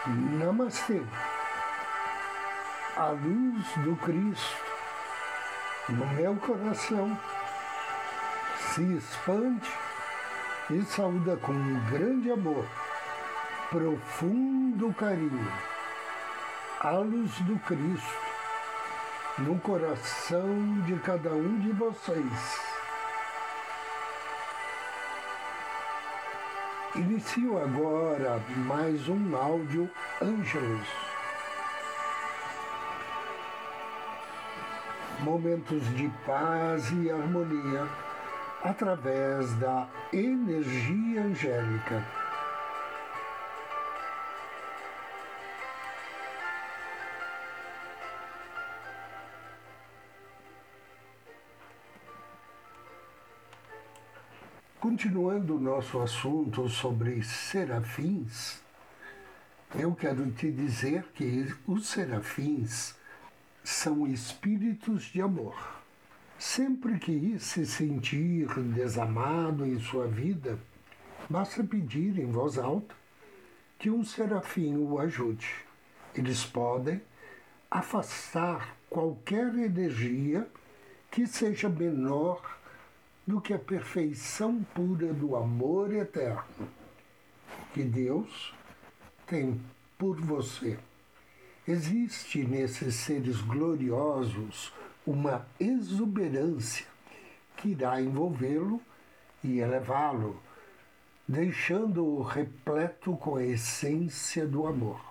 Namastê. A luz do Cristo no meu coração se expande e saúda com um grande amor, profundo carinho. A luz do Cristo no coração de cada um de vocês. Inicio agora mais um áudio Ângelos. Momentos de paz e harmonia através da energia angélica. Continuando o nosso assunto sobre serafins, eu quero te dizer que os serafins são espíritos de amor. Sempre que se sentir desamado em sua vida, basta pedir em voz alta que um serafim o ajude. Eles podem afastar qualquer energia que seja menor do que a perfeição pura do amor eterno que Deus tem por você. Existe nesses seres gloriosos uma exuberância que irá envolvê-lo e elevá-lo, deixando-o repleto com a essência do amor.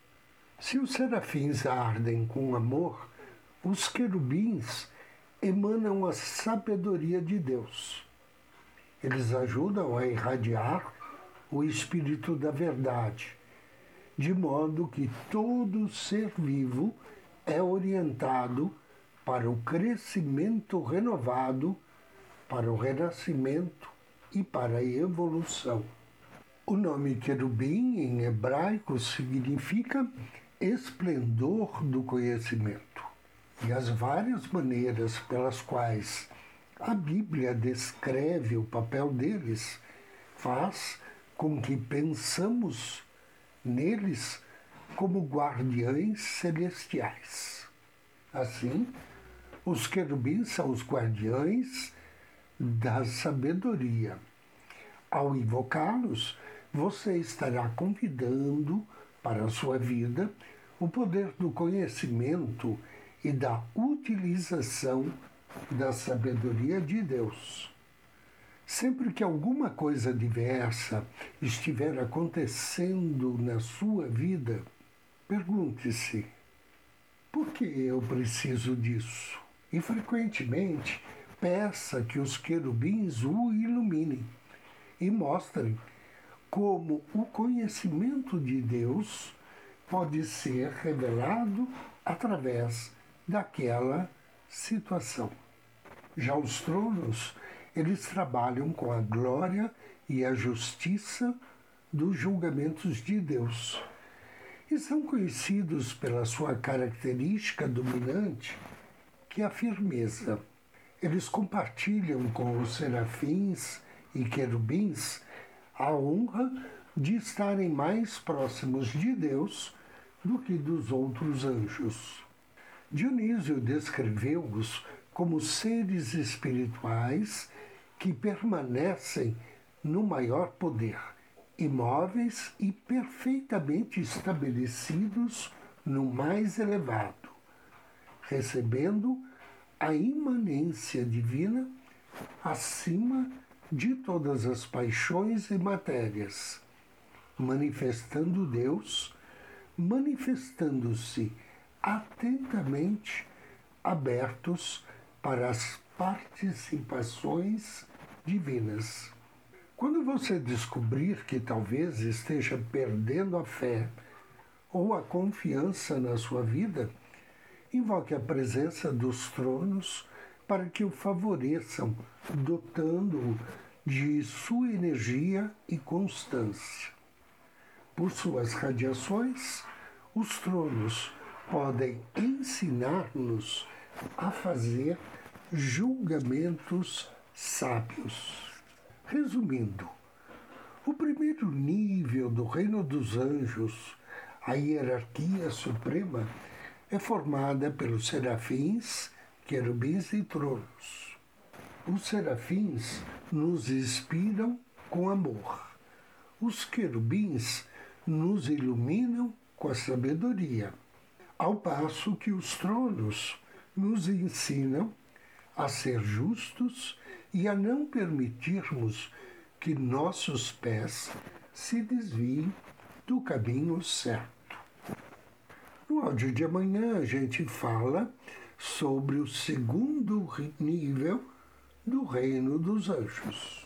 Se os serafins ardem com amor, os querubins emanam a sabedoria de Deus. Eles ajudam a irradiar o Espírito da Verdade, de modo que todo ser vivo é orientado para o crescimento renovado, para o renascimento e para a evolução. O nome querubim em hebraico significa esplendor do conhecimento. E as várias maneiras pelas quais a Bíblia descreve o papel deles faz com que pensamos neles como guardiães celestiais. Assim, os querubins são os guardiães da sabedoria. Ao invocá-los, você estará convidando para a sua vida o poder do conhecimento e da utilização da sabedoria de Deus. Sempre que alguma coisa diversa estiver acontecendo na sua vida, pergunte-se: por que eu preciso disso? E frequentemente peça que os querubins o iluminem e mostrem como o conhecimento de Deus pode ser revelado através daquela situação. Já os tronos, eles trabalham com a glória e a justiça dos julgamentos de Deus e são conhecidos pela sua característica dominante, que é a firmeza. Eles compartilham com os serafins e querubins a honra de estarem mais próximos de Deus do que dos outros anjos. Dionísio descreveu-os como seres espirituais que permanecem no maior poder, imóveis e perfeitamente estabelecidos no mais elevado, recebendo a imanência divina acima de todas as paixões e matérias, manifestando Deus, manifestando-se atentamente abertos para as participações divinas. Quando você descobrir que talvez esteja perdendo a fé ou a confiança na sua vida, invoque a presença dos tronos para que o favoreçam, dotando-o de sua energia e constância. Por suas radiações, os tronos podem ensinar-nos a fazer julgamentos sábios. Resumindo, o primeiro nível do reino dos anjos A hierarquia suprema é formada pelos serafins, querubins e tronos. Os serafins nos inspiram com amor. Os querubins nos iluminam com a sabedoria, ao passo que os tronos nos ensinam a ser justos e a não permitirmos que nossos pés se desviem do caminho certo. No áudio de amanhã a gente fala sobre o segundo nível do reino dos anjos.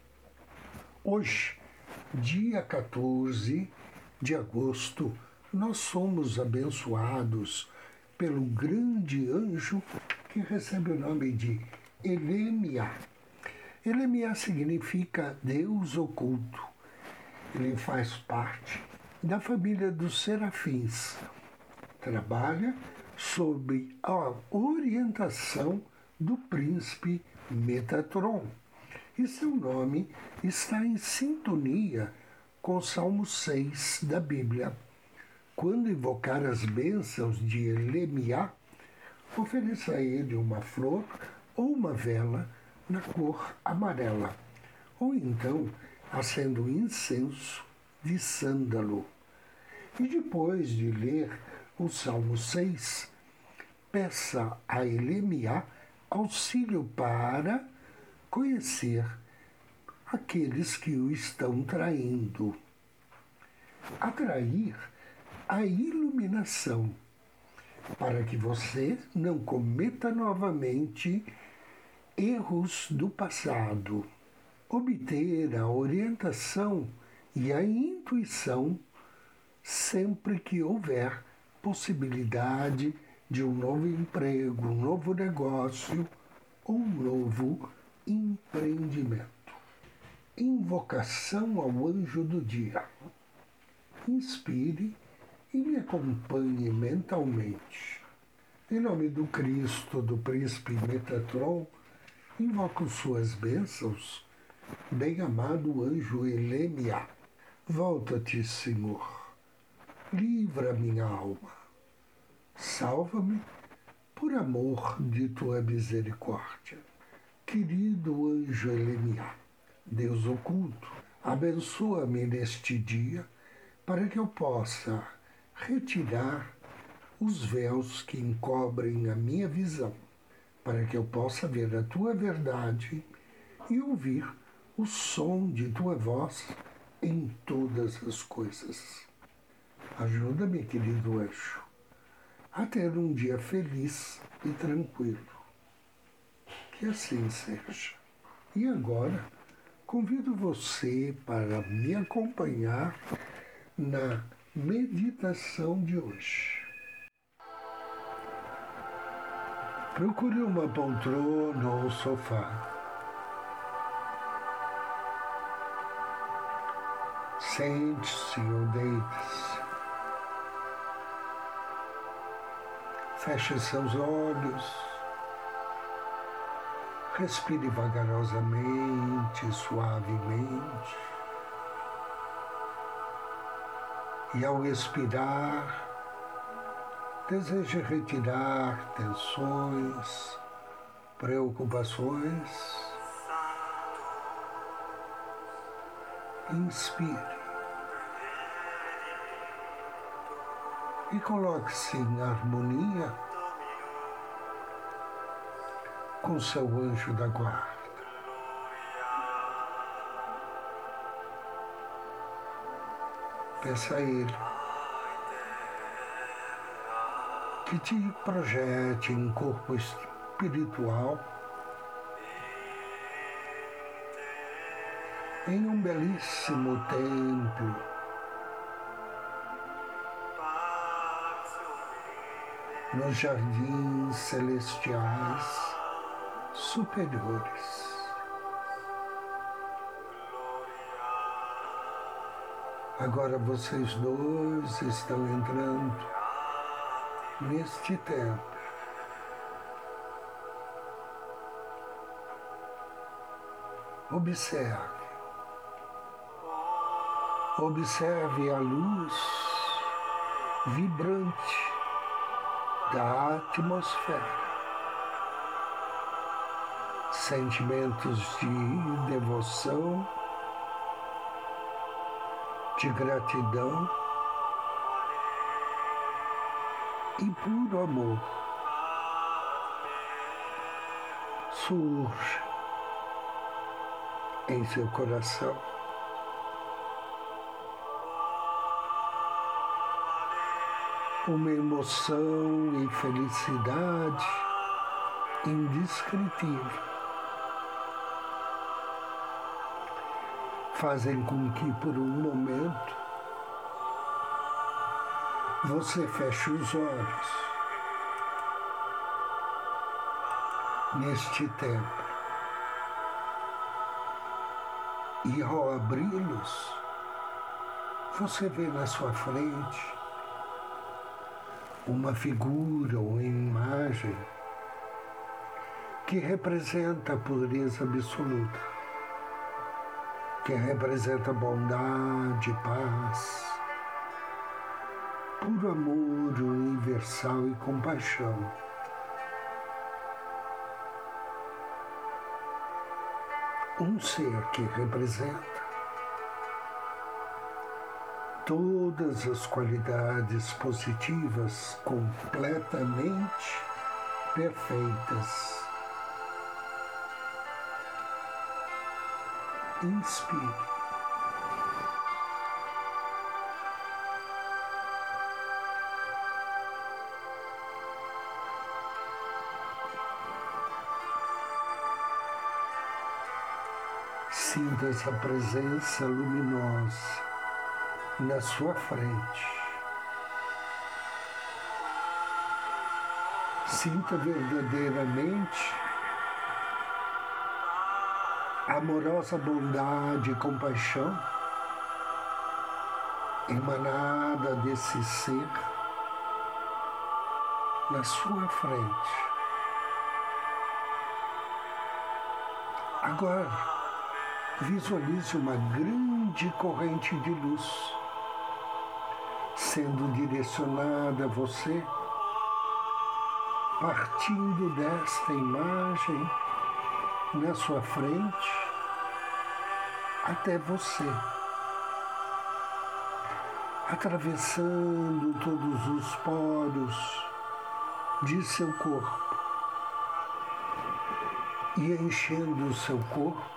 Hoje, dia 14 de agosto, nós somos abençoados pelo grande anjo que recebe o nome de Elemiá. Elemiá significa Deus oculto. Ele faz parte da família dos serafins. Trabalha sob a orientação do príncipe Metatron. E seu nome está em sintonia com o Salmo 6 da Bíblia. Quando invocar as bênçãos de Elemiá, ofereça a ele uma flor ou uma vela na cor amarela, ou então acenda um incenso de sândalo. E depois de ler o Salmo 6, peça a Elemiá auxílio para conhecer aqueles que o estão traindo. Atrair a iluminação, para que você não cometa novamente erros do passado. Obter a orientação e a intuição sempre que houver possibilidade de um novo emprego, um novo negócio ou um novo empreendimento. Invocação ao anjo do dia. Inspire e me acompanhe mentalmente. Em nome do Cristo, do príncipe Metatron, invoco suas bênçãos, bem-amado anjo Elemiá. Volta-te, Senhor, livra minha alma, salva-me por amor de tua misericórdia. Querido anjo Elemiá, Deus oculto, abençoa-me neste dia para que eu possa retirar os véus que encobrem a minha visão, para que eu possa ver a tua verdade e ouvir o som de tua voz em todas as coisas. Ajuda-me, querido anjo, a ter um dia feliz e tranquilo. Que assim seja. E agora, convido você para me acompanhar na meditação de hoje. Procure uma poltrona ou sofá. Sente-se ou deite-se. Feche seus olhos. Respire vagarosamente, suavemente. E ao expirar, deseje retirar tensões, preocupações. Inspire. E coloque-se em harmonia com seu anjo da guarda. Peça a ele que te projete em corpo espiritual em um belíssimo templo nos jardins celestiais superiores. Agora vocês dois estão entrando neste templo. Observe a luz vibrante da atmosfera. Sentimentos de devoção, de gratidão e puro amor surge em seu coração. Uma emoção e felicidade indescritível fazem com que, por um momento, você feche os olhos neste templo e, ao abri-los, você vê na sua frente uma figura ou imagem que representa a pureza absoluta, que representa bondade, paz, puro amor universal e compaixão. Um ser que representa todas as qualidades positivas completamente perfeitas. Inspire. Sinta essa presença luminosa na sua frente. Sinta verdadeiramente a amorosa bondade e compaixão emanada desse ser na sua frente. Agora, visualize uma grande corrente de luz sendo direcionada a você, partindo desta imagem na sua frente até você, atravessando todos os poros de seu corpo e enchendo o seu corpo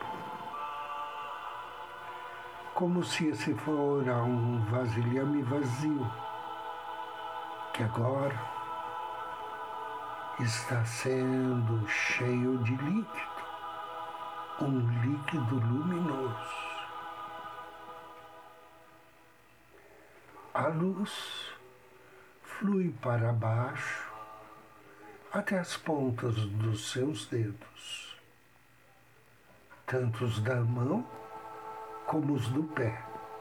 como se esse fora um vasilhame vazio, que agora está sendo cheio de líquido, um líquido luminoso. A luz flui para baixo até as pontas dos seus dedos, tanto os da mão como os do pé,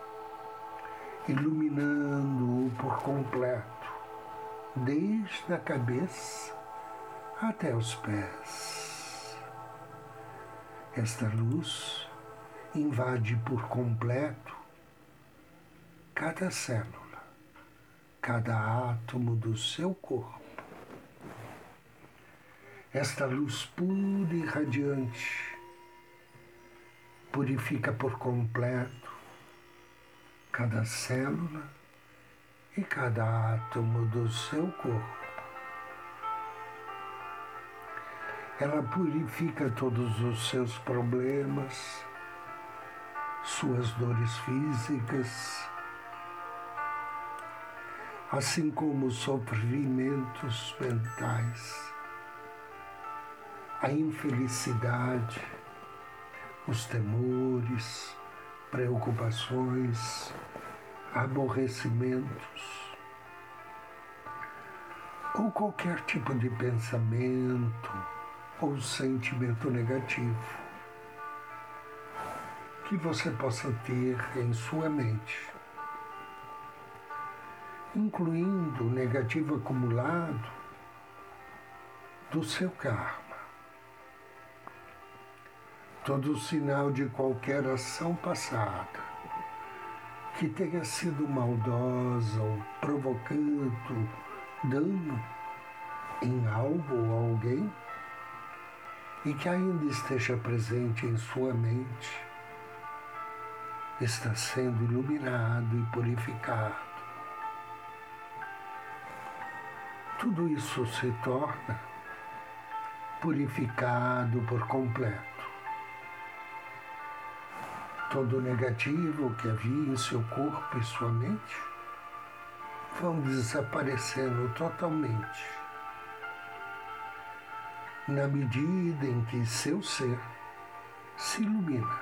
iluminando-o por completo, desde a cabeça até os pés. Esta luz invade por completo cada célula, cada átomo do seu corpo. Esta luz pura e radiante purifica por completo cada célula e cada átomo do seu corpo. Ela purifica todos os seus problemas, suas dores físicas, assim como os sofrimentos mentais, a infelicidade, os temores, preocupações, aborrecimentos, ou qualquer tipo de pensamento ou sentimento negativo que você possa ter em sua mente, incluindo o negativo acumulado do seu karma. Todo sinal de qualquer ação passada que tenha sido maldosa ou provocando dano em algo ou alguém e que ainda esteja presente em sua mente, está sendo iluminado e purificado. Tudo isso se torna purificado por completo. Todo o negativo que havia em seu corpo e sua mente vão desaparecendo totalmente, na medida em que seu ser se ilumina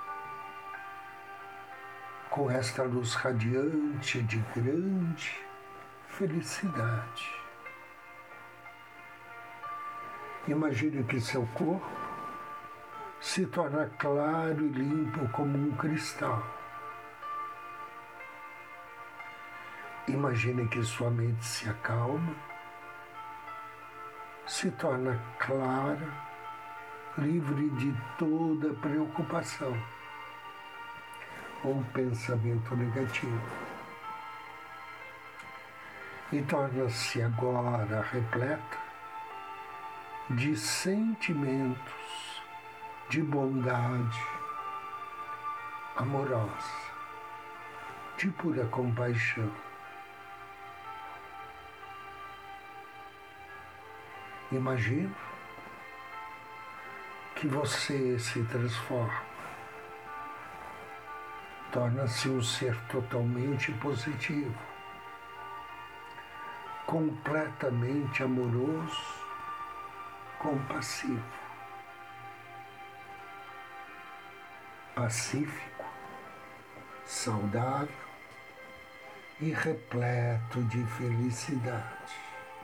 com esta luz radiante de grande felicidade. Imagine que seu corpo se torna claro e limpo como um cristal. Imagine que sua mente se acalma, se torna clara, livre de toda preocupação ou pensamento negativo. E torna-se agora repleta de sentimentos de bondade amorosa, de pura compaixão. Imagina que você se transforma, torna-se um ser totalmente positivo, completamente amoroso, compassivo, pacífico, saudável e repleto de felicidade.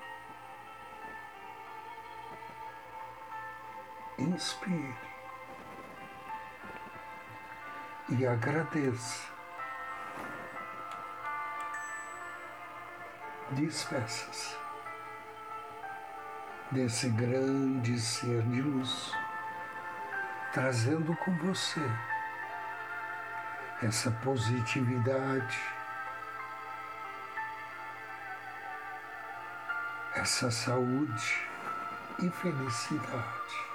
Inspire e agradeça. Despeça-se desse grande ser de luz, trazendo com você essa positividade, essa saúde e felicidade.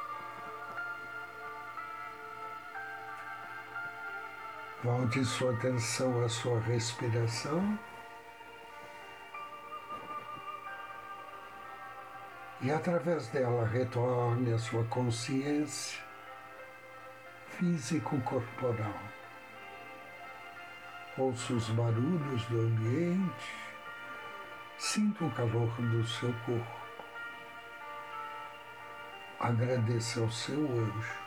Volte sua atenção à sua respiração e, através dela, retorne à sua consciência físico-corporal. Ouça os barulhos do ambiente, sinta o calor do seu corpo. Agradeça ao seu anjo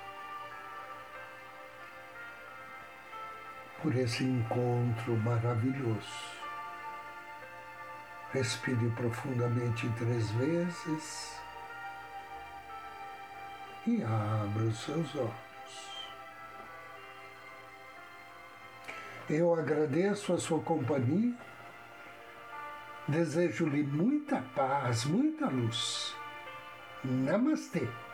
por esse encontro maravilhoso. Respire profundamente 3 vezes e abra os seus olhos. Eu agradeço a sua companhia, desejo-lhe muita paz, muita luz. Namastê.